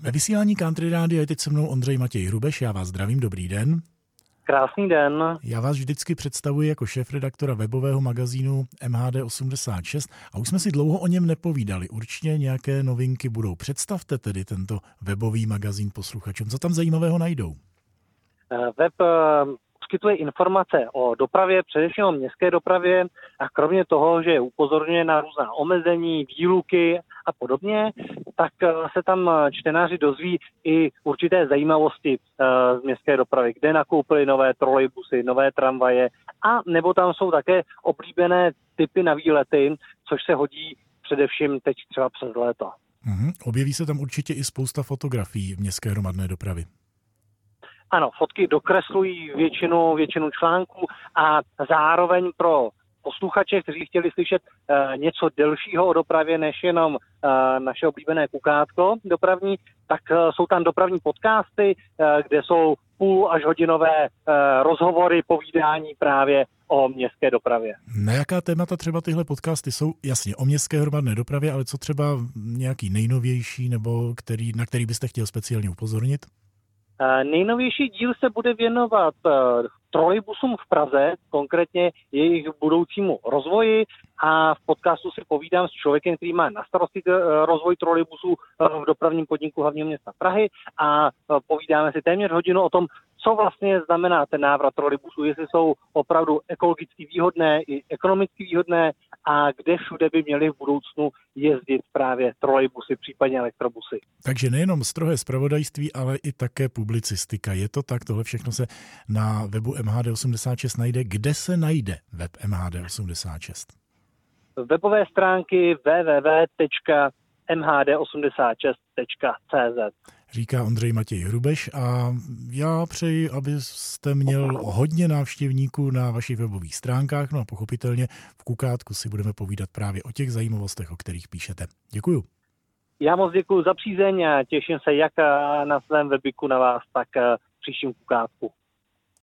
Ve vysílání Country Rádia je teď se mnou Ondřej Matěj Hrubeš, já vás zdravím, dobrý den. Krásný den. Já vás vždycky představuji jako šéfredaktora webového magazínu MHD86 a už jsme si dlouho o něm nepovídali. Určitě nějaké novinky budou. Představte tedy tento webový magazín posluchačům. Co tam zajímavého najdou? Web poskytuje informace o dopravě, především o městské dopravě a kromě toho, že upozorňuje na různá omezení, výluky a podobně, tak se tam čtenáři dozví i určité zajímavosti z městské dopravy, kde nakoupili nové trolejbusy, nové tramvaje a nebo tam jsou také oblíbené typy na výlety, což se hodí především teď třeba přes léto. Objeví se tam určitě i spousta fotografií městské hromadné dopravy. Ano, fotky dokreslují většinu článků a zároveň pro posluchače, kteří chtěli slyšet něco delšího o dopravě než jenom naše oblíbené kukátko dopravní, tak jsou tam dopravní podcasty, kde jsou půl až hodinové rozhovory, povídání právě o městské dopravě. Na jaká témata třeba tyhle podcasty jsou? Jasně, o městské hromadné dopravě, ale co třeba nějaký nejnovější nebo na který byste chtěl speciálně upozornit? Nejnovější díl se bude věnovat trolejbusům v Praze, konkrétně jejich budoucímu rozvoji a v podcastu si povídám s člověkem, který má na starosti rozvoj trolejbusů v dopravním podniku hlavního města Prahy a povídáme si téměř hodinu o tom, co vlastně znamená ten návrat trolejbusů, jestli jsou opravdu ekologicky výhodné i ekonomicky výhodné a kde všude by měly v budoucnu jezdit právě trolejbusy, případně elektrobusy. Takže nejenom strohé zpravodajství, ale i také publicistika. Je to tak? Tohle všechno se na webu MHD86 najde. Kde se najde web MHD86? Webové stránky www.mhd86.cz. Říká Ondřej Matěj Hrubeš a já přeji, abyste měl hodně návštěvníků na vašich webových stránkách, no a pochopitelně v Kukátku si budeme povídat právě o těch zajímavostech, o kterých píšete. Děkuju. Já moc děkuji za přízeň a těším se jak na svém webiku na vás, tak v příštím Kukátku.